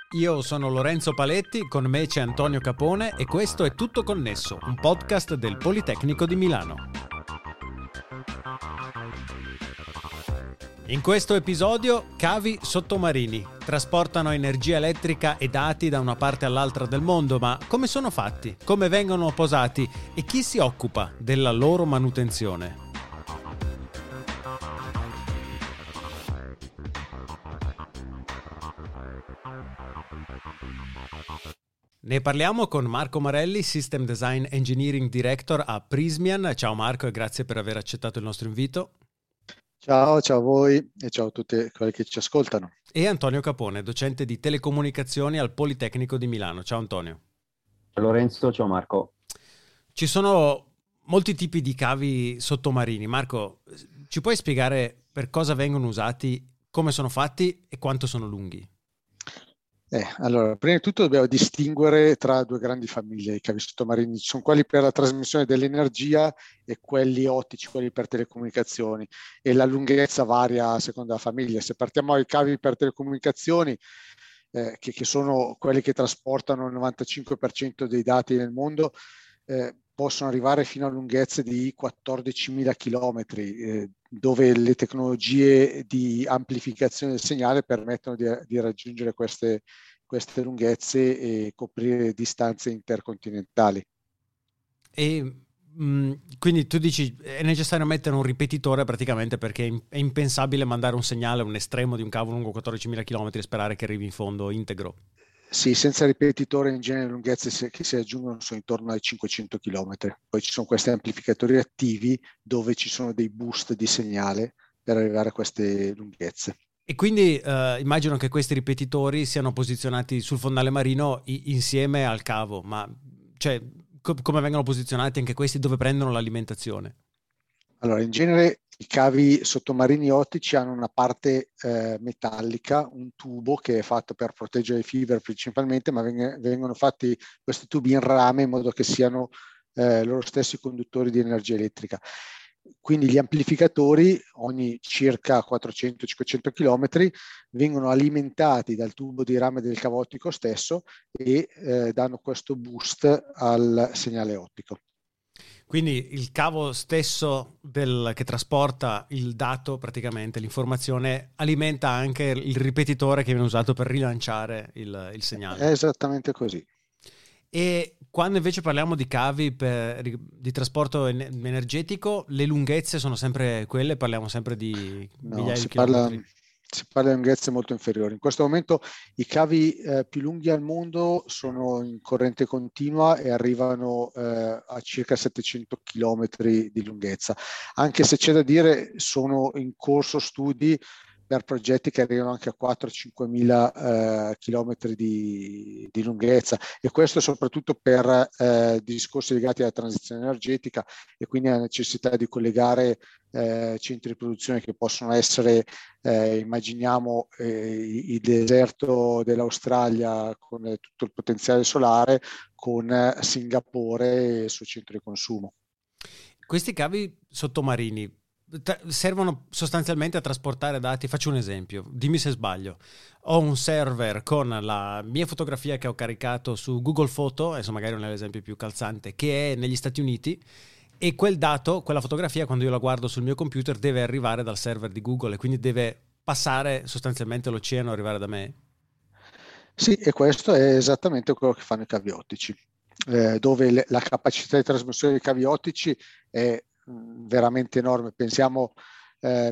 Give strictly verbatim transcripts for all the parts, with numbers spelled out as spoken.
Io sono Lorenzo Paletti, con me c'è Antonio Capone e questo è Tutto Connesso, un podcast del Politecnico di Milano. In questo episodio, cavi sottomarini. Trasportano energia elettrica e dati da una parte all'altra del mondo, ma come sono fatti? Come vengono posati? E chi si occupa della loro manutenzione? Ne parliamo con Marco Marelli, System Design Engineering Director a Prysmian. Ciao Marco e grazie per aver accettato il nostro invito. Ciao, ciao a voi e ciao a tutti quelli che ci ascoltano. E Antonio Capone, docente di telecomunicazioni al Politecnico di Milano. Ciao Antonio. Ciao Lorenzo, ciao Marco. Ci sono molti tipi di cavi sottomarini. Marco, ci puoi spiegare per cosa vengono usati, come sono fatti e quanto sono lunghi? Eh, allora, prima di tutto dobbiamo distinguere tra due grandi famiglie di cavi sottomarini. Ci sono quelli per la trasmissione dell'energia e quelli ottici, quelli per telecomunicazioni, e la lunghezza varia a seconda della famiglia. Se partiamo dai cavi per telecomunicazioni, eh, che, che sono quelli che trasportano il novantacinque per cento dei dati nel mondo, eh, possono arrivare fino a lunghezze di quattordicimila chilometri, eh, dove le tecnologie di amplificazione del segnale permettono di, di raggiungere queste, queste lunghezze e coprire distanze intercontinentali. E mh, quindi tu dici è necessario mettere un ripetitore praticamente perché è impensabile mandare un segnale a un estremo di un cavo lungo quattordicimila chilometri e sperare che arrivi in fondo integro. Sì, senza ripetitore in genere le lunghezze che si raggiungono sono intorno ai cinquecento chilometri. Poi ci sono questi amplificatori attivi dove ci sono dei boost di segnale per arrivare a queste lunghezze. E quindi eh, immagino che questi ripetitori siano posizionati sul fondale marino i- insieme al cavo, ma cioè, co- come vengono posizionati anche questi, dove prendono l'alimentazione? Allora, in genere i cavi sottomarini ottici hanno una parte eh, metallica, un tubo che è fatto per proteggere i fiber principalmente, ma veng- vengono fatti questi tubi in rame in modo che siano eh, loro stessi conduttori di energia elettrica. Quindi gli amplificatori ogni circa quattrocento cinquecento chilometri vengono alimentati dal tubo di rame del cavo ottico stesso e eh, danno questo boost al segnale ottico. Quindi il cavo stesso del, che trasporta il dato, praticamente l'informazione, alimenta anche il ripetitore che viene usato per rilanciare il, il segnale. È esattamente così. E quando invece parliamo di cavi per, di trasporto en- energetico, le lunghezze sono sempre quelle, parliamo sempre di No, migliaia di si parla, chilometri. si parla di lunghezze molto inferiori. In questo momento i cavi eh, più lunghi al mondo sono in corrente continua e arrivano eh, a circa settecento chilometri di lunghezza, anche se c'è da dire sono in corso studi per progetti che arrivano anche a quattro cinque mila eh, chilometri di, di lunghezza, e questo soprattutto per eh, discorsi legati alla transizione energetica e quindi alla necessità di collegare eh, centri di produzione che possono essere, eh, immaginiamo, eh, il deserto dell'Australia con eh, tutto il potenziale solare con eh, Singapore e il suo centro di consumo. Questi cavi sottomarini tra- servono sostanzialmente a trasportare dati. Faccio un esempio, dimmi se sbaglio. Ho un server con la mia fotografia che ho caricato su Google Photo, adesso magari non è l'esempio più calzante, che è negli Stati Uniti, e quel dato, quella fotografia, quando io la guardo sul mio computer, deve arrivare dal server di Google e quindi deve passare sostanzialmente l'oceano e arrivare da me. Sì, e questo è esattamente quello che fanno i cavi ottici, eh, dove le, la capacità di trasmissione dei cavi ottici è mh, veramente enorme. Pensiamo eh,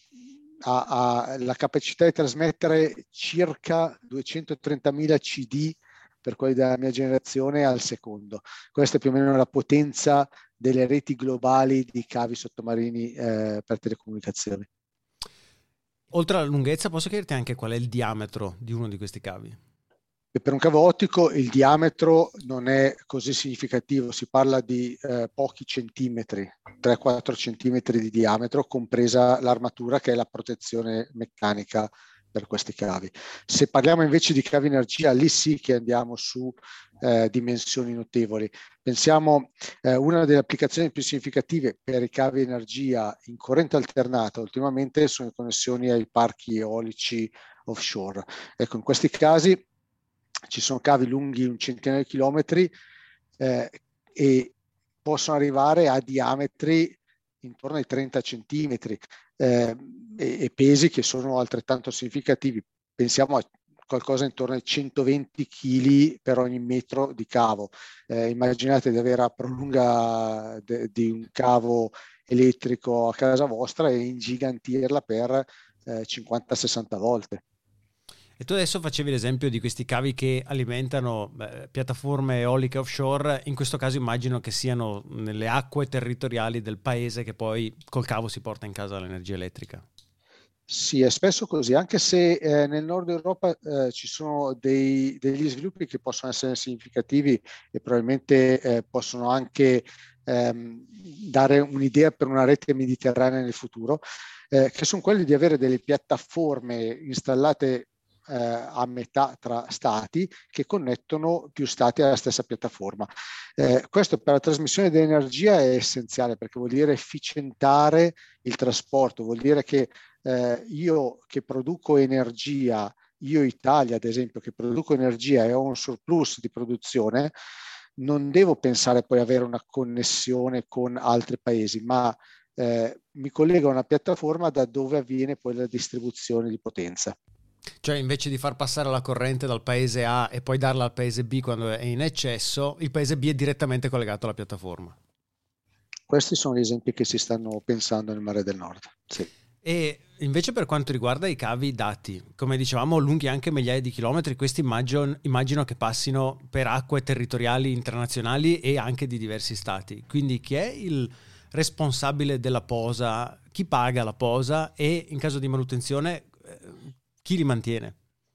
alla capacità di trasmettere circa duecentotrentamila C D per quelli della mia generazione al secondo. Questa è più o meno la potenza delle reti globali di cavi sottomarini eh, per telecomunicazioni. Oltre alla lunghezza, posso chiederti anche qual è il diametro di uno di questi cavi? E per un cavo ottico il diametro non è così significativo, si parla di eh, pochi centimetri, tre quattro centimetri di diametro, compresa l'armatura che è la protezione meccanica per questi cavi. Se parliamo invece di cavi energia, lì sì che andiamo su eh, dimensioni notevoli. Pensiamo eh, una delle applicazioni più significative per i cavi energia in corrente alternata ultimamente sono le connessioni ai parchi eolici offshore. Ecco, in questi casi ci sono cavi lunghi un centinaio di chilometri eh, e possono arrivare a diametri intorno ai trenta centimetri eh, e, e pesi che sono altrettanto significativi. Pensiamo a qualcosa intorno ai centoventi chili per ogni metro di cavo. Eh, immaginate di avere la prolunga de, di un cavo elettrico a casa vostra e ingigantirla per eh, cinquanta sessanta volte. E tu adesso facevi l'esempio di questi cavi che alimentano beh, piattaforme eoliche offshore, in questo caso immagino che siano nelle acque territoriali del paese che poi col cavo si porta in casa l'energia elettrica. Sì, è spesso così, anche se eh, nel nord Europa eh, ci sono dei, degli sviluppi che possono essere significativi e probabilmente eh, possono anche ehm, dare un'idea per una rete mediterranea nel futuro, eh, che sono quelli di avere delle piattaforme installate eh, a metà tra stati che connettono più stati alla stessa piattaforma. Eh, questo per la trasmissione di energia è essenziale perché vuol dire efficientare il trasporto, vuol dire che eh, io che produco energia, io Italia ad esempio che produco energia e ho un surplus di produzione, non devo pensare poi avere una connessione con altri paesi, ma eh, mi collego a una piattaforma da dove avviene poi la distribuzione di potenza. Cioè invece di far passare la corrente dal paese A e poi darla al paese B quando è in eccesso, il paese B è direttamente collegato alla piattaforma. Questi sono gli esempi che si stanno pensando nel Mare del Nord. Sì. E invece per quanto riguarda i cavi dati, come dicevamo, lunghi anche migliaia di chilometri, questi immagino, immagino che passino per acque territoriali internazionali e anche di diversi stati. Quindi chi è il responsabile della posa, chi paga la posa e in caso di manutenzione eh, chi li mantiene?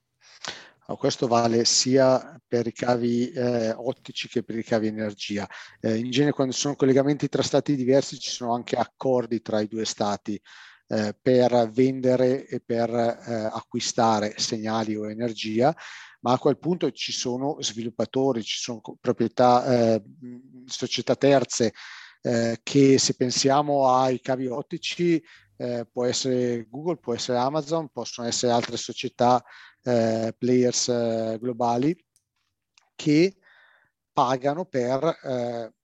Oh, questo vale sia per i cavi eh, ottici che per i cavi energia. Eh, in genere quando ci sono collegamenti tra stati diversi ci sono anche accordi tra i due stati eh, per vendere e per eh, acquistare segnali o energia, ma a quel punto ci sono sviluppatori, ci sono proprietà, eh, società terze eh, che se pensiamo ai cavi ottici eh, può essere Google, può essere Amazon, possono essere altre società Eh, players eh, globali che pagano per eh,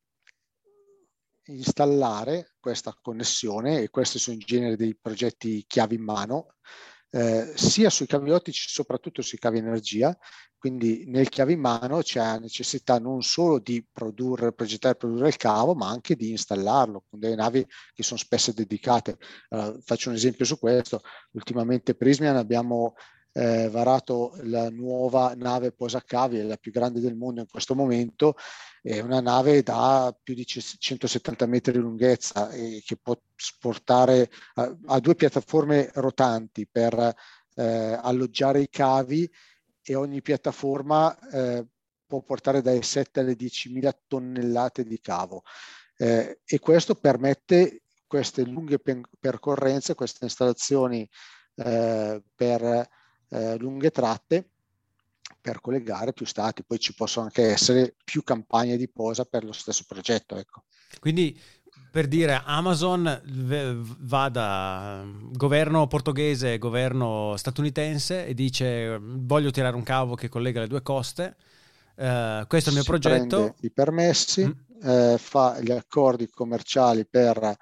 installare questa connessione e questi sono in genere dei progetti chiave in mano eh, sia sui cavi ottici soprattutto sui cavi energia, quindi nel chiave in mano c'è necessità non solo di produrre, progettare e produrre il cavo ma anche di installarlo con delle navi che sono spesso dedicate. Uh, faccio un esempio su questo: ultimamente Prysmian abbiamo Eh, varato la nuova nave posacavi, è la più grande del mondo in questo momento, è una nave da più di centosettanta metri di lunghezza e che può sportare a, a due piattaforme rotanti per eh, alloggiare i cavi e ogni piattaforma eh, può portare dai sette alle diecimila tonnellate di cavo eh, e questo permette queste lunghe percorrenze, queste installazioni eh, per Eh, lunghe tratte per collegare più stati. Poi ci possono anche essere più campagne di posa per lo stesso progetto. Ecco. Quindi per dire Amazon va da governo portoghese, governo statunitense e dice voglio tirare un cavo che collega le due coste, uh, questo è il mio si progetto. Prende i permessi, mm. eh, fa gli accordi commerciali per,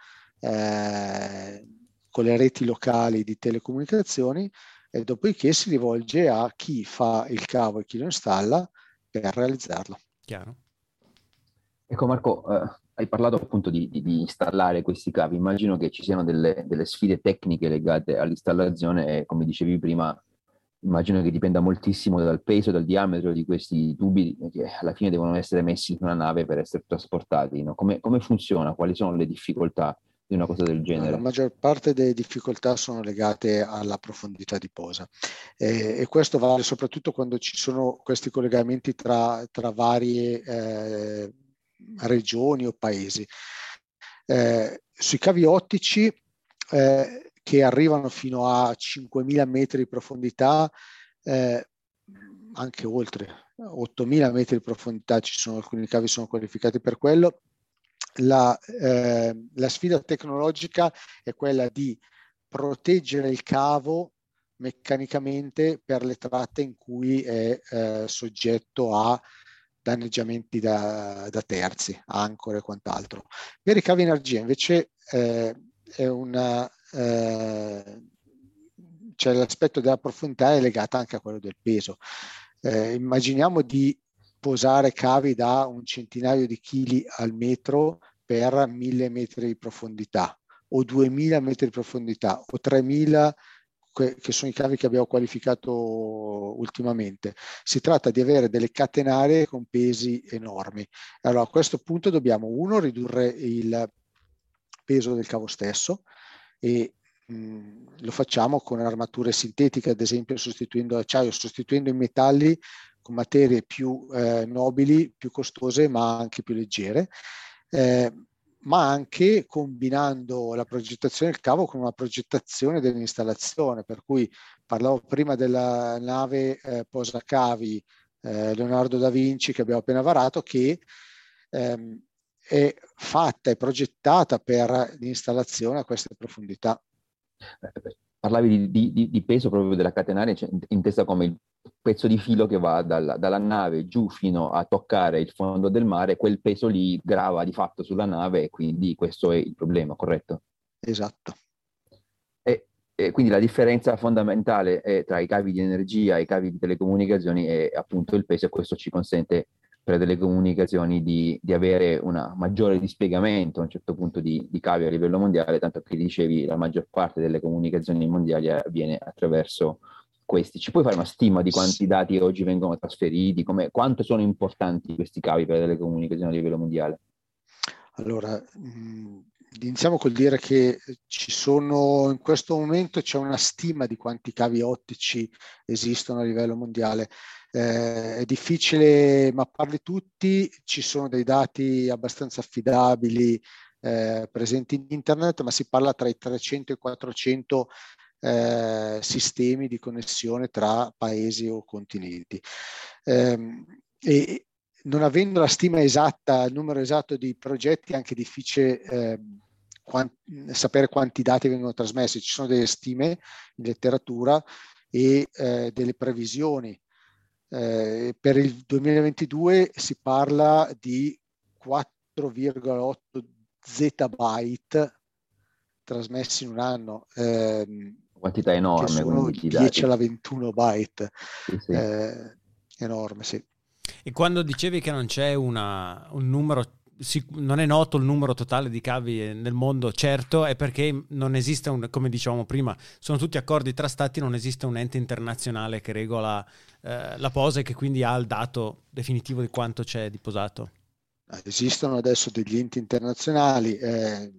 eh, con le reti locali di telecomunicazioni e dopodiché si rivolge a chi fa il cavo e chi lo installa per realizzarlo. Chiaro. Ecco Marco, eh, hai parlato appunto di, di, di installare questi cavi. Immagino che ci siano delle, delle sfide tecniche legate all'installazione e come dicevi prima, immagino che dipenda moltissimo dal peso, dal diametro di questi tubi che alla fine devono essere messi su una nave per essere trasportati, no? Come, come funziona? Quali sono le difficoltà di una cosa del genere? La maggior parte delle difficoltà sono legate alla profondità di posa eh, e questo vale soprattutto quando ci sono questi collegamenti tra, tra varie eh, regioni o paesi. Eh, sui cavi ottici eh, che arrivano fino a cinquemila metri di profondità, eh, anche oltre ottomila metri di profondità, ci sono alcuni cavi sono qualificati per quello. La, eh, la sfida tecnologica è quella di proteggere il cavo meccanicamente per le tratte in cui è eh, soggetto a danneggiamenti da, da terzi, ancore e quant'altro. Per i cavi energia invece eh, è una, eh, cioè l'aspetto della profondità è legato anche a quello del peso. Eh, immaginiamo di posare cavi da un centinaio di chili al metro per mille metri di profondità, o duemila metri di profondità, o tremila, che sono i cavi che abbiamo qualificato ultimamente. Si tratta di avere delle catenarie con pesi enormi. Allora, a questo punto dobbiamo, uno, ridurre il peso del cavo stesso, e mh, lo facciamo con armature sintetiche, ad esempio sostituendo l'acciaio, sostituendo i metalli con materie più eh, nobili, più costose, ma anche più leggere. Eh, ma anche combinando la progettazione del cavo con una progettazione dell'installazione, per cui parlavo prima della nave eh, posacavi eh, Leonardo da Vinci che abbiamo appena varato, che ehm, è fatta e progettata per l'installazione a queste profondità. Parlavi di, di, di peso proprio della catenaria, cioè, intesa come il pezzo di filo che va dalla, dalla nave giù fino a toccare il fondo del mare. Quel peso lì grava di fatto sulla nave e quindi questo è il problema, corretto? Esatto. E, e quindi la differenza fondamentale è tra i cavi di energia e i cavi di telecomunicazioni è appunto il peso, e questo ci consente per le telecomunicazioni di, di avere un maggiore dispiegamento a un certo punto di, di cavi a livello mondiale, tanto che dicevi la maggior parte delle comunicazioni mondiali avviene attraverso questi. Ci puoi fare una stima di quanti dati oggi vengono trasferiti, come, quanto sono importanti questi cavi per le telecomunicazioni a livello mondiale? Allora, mh, iniziamo col dire che ci sono, in questo momento c'è una stima di quanti cavi ottici esistono a livello mondiale. Eh, è difficile mapparli tutti, ci sono dei dati abbastanza affidabili eh, presenti in internet, ma si parla tra i trecento e i quattrocento eh, sistemi di connessione tra paesi o continenti. Eh, e non avendo la stima esatta, il numero esatto di progetti, è anche difficile eh, quant- sapere quanti dati vengono trasmessi. Ci sono delle stime in letteratura e eh, delle previsioni. Eh, per il duemilaventidue si parla di quattro virgola otto zettabyte trasmessi in un anno. Eh, Quantità enorme, che sono quindi, di dieci dati. alla ventuno byte. Sì, sì. Eh, enorme, sì. E quando dicevi che non c'è una, un numero, non è noto il numero totale di cavi nel mondo, certo, è perché non esiste, un, come dicevamo prima, sono tutti accordi tra stati, non esiste un ente internazionale che regola eh, la posa e che quindi ha il dato definitivo di quanto c'è di posato. Esistono adesso degli enti internazionali eh,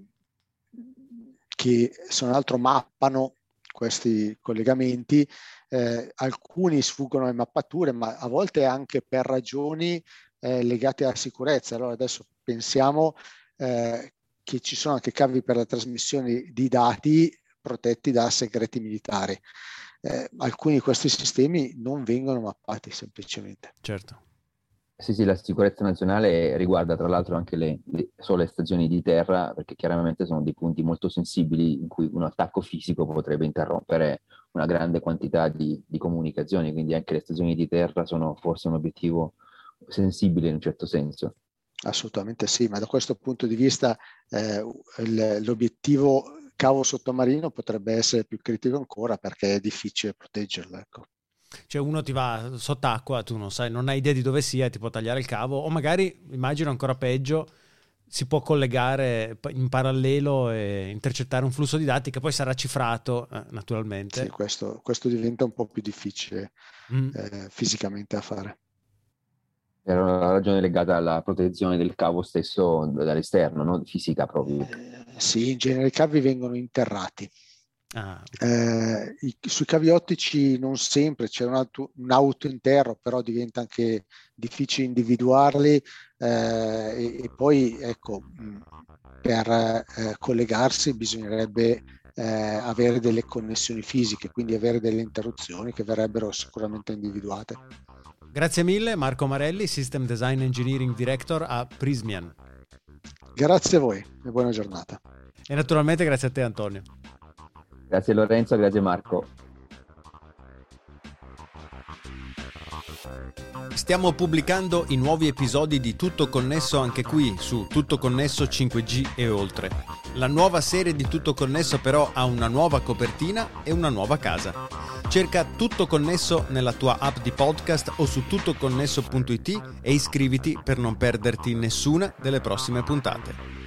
che se non altro mappano questi collegamenti, eh, alcuni sfuggono alle mappature, ma a volte anche per ragioni eh, legate alla sicurezza. Allora adesso pensiamo eh, che ci sono anche cavi per la trasmissione di dati protetti da segreti militari. Eh, alcuni di questi sistemi non vengono mappati semplicemente. Certo. Sì, sì, la sicurezza nazionale riguarda tra l'altro anche le, le sole stazioni di terra, perché chiaramente sono dei punti molto sensibili in cui un attacco fisico potrebbe interrompere una grande quantità di, di comunicazioni, quindi anche le stazioni di terra sono forse un obiettivo sensibile in un certo senso. Assolutamente sì, ma da questo punto di vista eh, il, l'obiettivo cavo sottomarino potrebbe essere più critico ancora, perché è difficile proteggerlo, ecco. Cioè uno ti va sott'acqua, tu non sai, non hai idea di dove sia, ti può tagliare il cavo, o magari, immagino ancora peggio, si può collegare in parallelo e intercettare un flusso di dati che poi sarà cifrato, eh, naturalmente. Sì, questo, questo diventa un po' più difficile mm. eh, fisicamente da fare. Era una ragione legata alla protezione del cavo stesso dall'esterno, no? Fisica proprio. Eh, sì, in genere i cavi vengono interrati. Ah. Eh, i, sui cavi ottici non sempre c'è un, auto, un auto interno, però diventa anche difficile individuarli eh, e, e poi ecco mh, per eh, collegarsi bisognerebbe eh, avere delle connessioni fisiche, quindi avere delle interruzioni che verrebbero sicuramente individuate. Grazie mille Marco Marelli, System Design Engineering Director a Prysmian. Grazie a voi e buona giornata. E naturalmente grazie a te Antonio. Grazie Lorenzo, grazie Marco. Stiamo pubblicando i nuovi episodi di Tutto Connesso anche qui su Tutto Connesso cinque G e oltre. La nuova serie di Tutto Connesso però ha una nuova copertina e una nuova casa. Cerca Tutto Connesso nella tua app di podcast o su tuttoconnesso punto it e iscriviti per non perderti nessuna delle prossime puntate.